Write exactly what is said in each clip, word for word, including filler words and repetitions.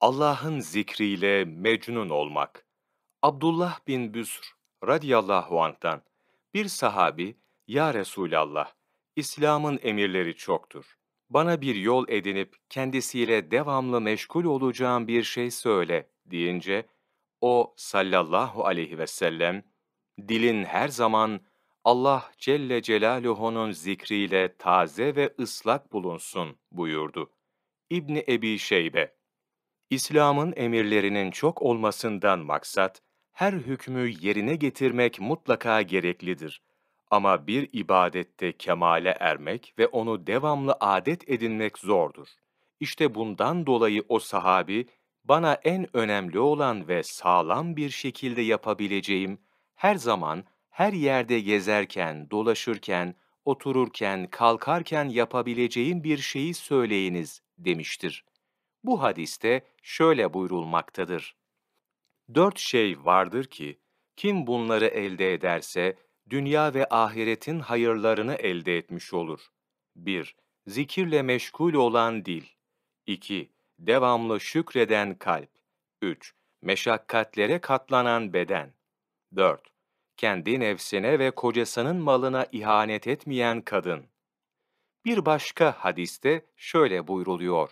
Allah'ın zikriyle mecnun olmak. Abdullah bin Büsr radıyallahu anh'tan bir sahabi, "Ya Resulallah, İslam'ın emirleri çoktur. Bana bir yol edinip kendisiyle devamlı meşgul olacağım bir şey söyle." deyince, o sallallahu aleyhi ve sellem, "Dilin her zaman Allah Celle Celaluhu'nun zikriyle taze ve ıslak bulunsun." buyurdu. İbni Ebi Şeybe. İslam'ın emirlerinin çok olmasından maksat, her hükmü yerine getirmek mutlaka gereklidir. Ama bir ibadette kemale ermek ve onu devamlı adet edinmek zordur. İşte bundan dolayı o sahabi, bana en önemli olan ve sağlam bir şekilde yapabileceğim, her zaman, her yerde gezerken, dolaşırken, otururken, kalkarken yapabileceğim bir şeyi söyleyiniz demiştir. Bu hadiste şöyle buyrulmaktadır: Dört şey vardır ki, kim bunları elde ederse, dünya ve ahiretin hayırlarını elde etmiş olur. bir. Zikirle meşgul olan dil. iki. Devamlı şükreden kalp. üç. Meşakkatlere katlanan beden. dört. Kendi nefsine ve kocasının malına ihanet etmeyen kadın. Bir başka hadiste şöyle buyruluyor: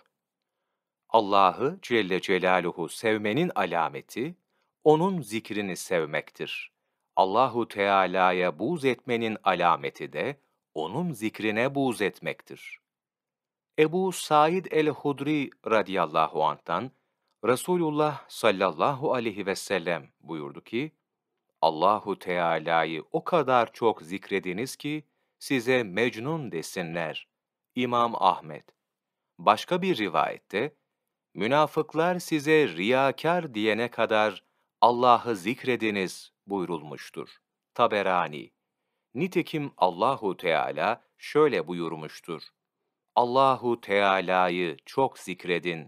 Allah'ı Celle Celaluhu sevmenin alameti, onun zikrini sevmektir. Allahu Teala'ya buğz etmenin alameti de, onun zikrine buğz etmektir. Ebu Said el-Hudri radıyallahu anh'tan, Resulullah sallallahu aleyhi ve sellem buyurdu ki, Allahu Teala'yı o kadar çok zikrediniz ki, size mecnun desinler. İmam Ahmed. Başka bir rivayette, münafıklar size riyakâr diyene kadar Allah'ı zikrediniz buyurulmuştur. Taberani. Nitekim Allahu Teala şöyle buyurmuştur: Allahu Teala'yı çok zikredin.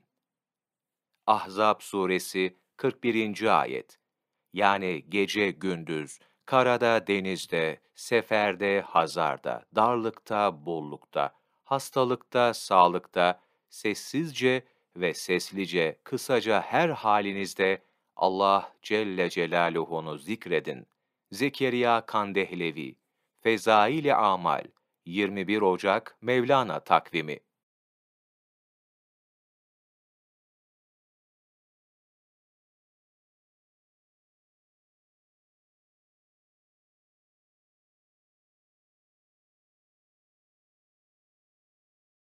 Ahzab suresi kırk birinci ayet. Yani gece gündüz, karada denizde, seferde hazarda, darlıkta bollukta, hastalıkta sağlıkta, sessizce ve seslice, kısaca her halinizde Allah Celle Celaluhu'nu zikredin. Zekeriya Kandehlevi, Fezail-i Amal, yirmi bir Ocak Mevlana takvimi.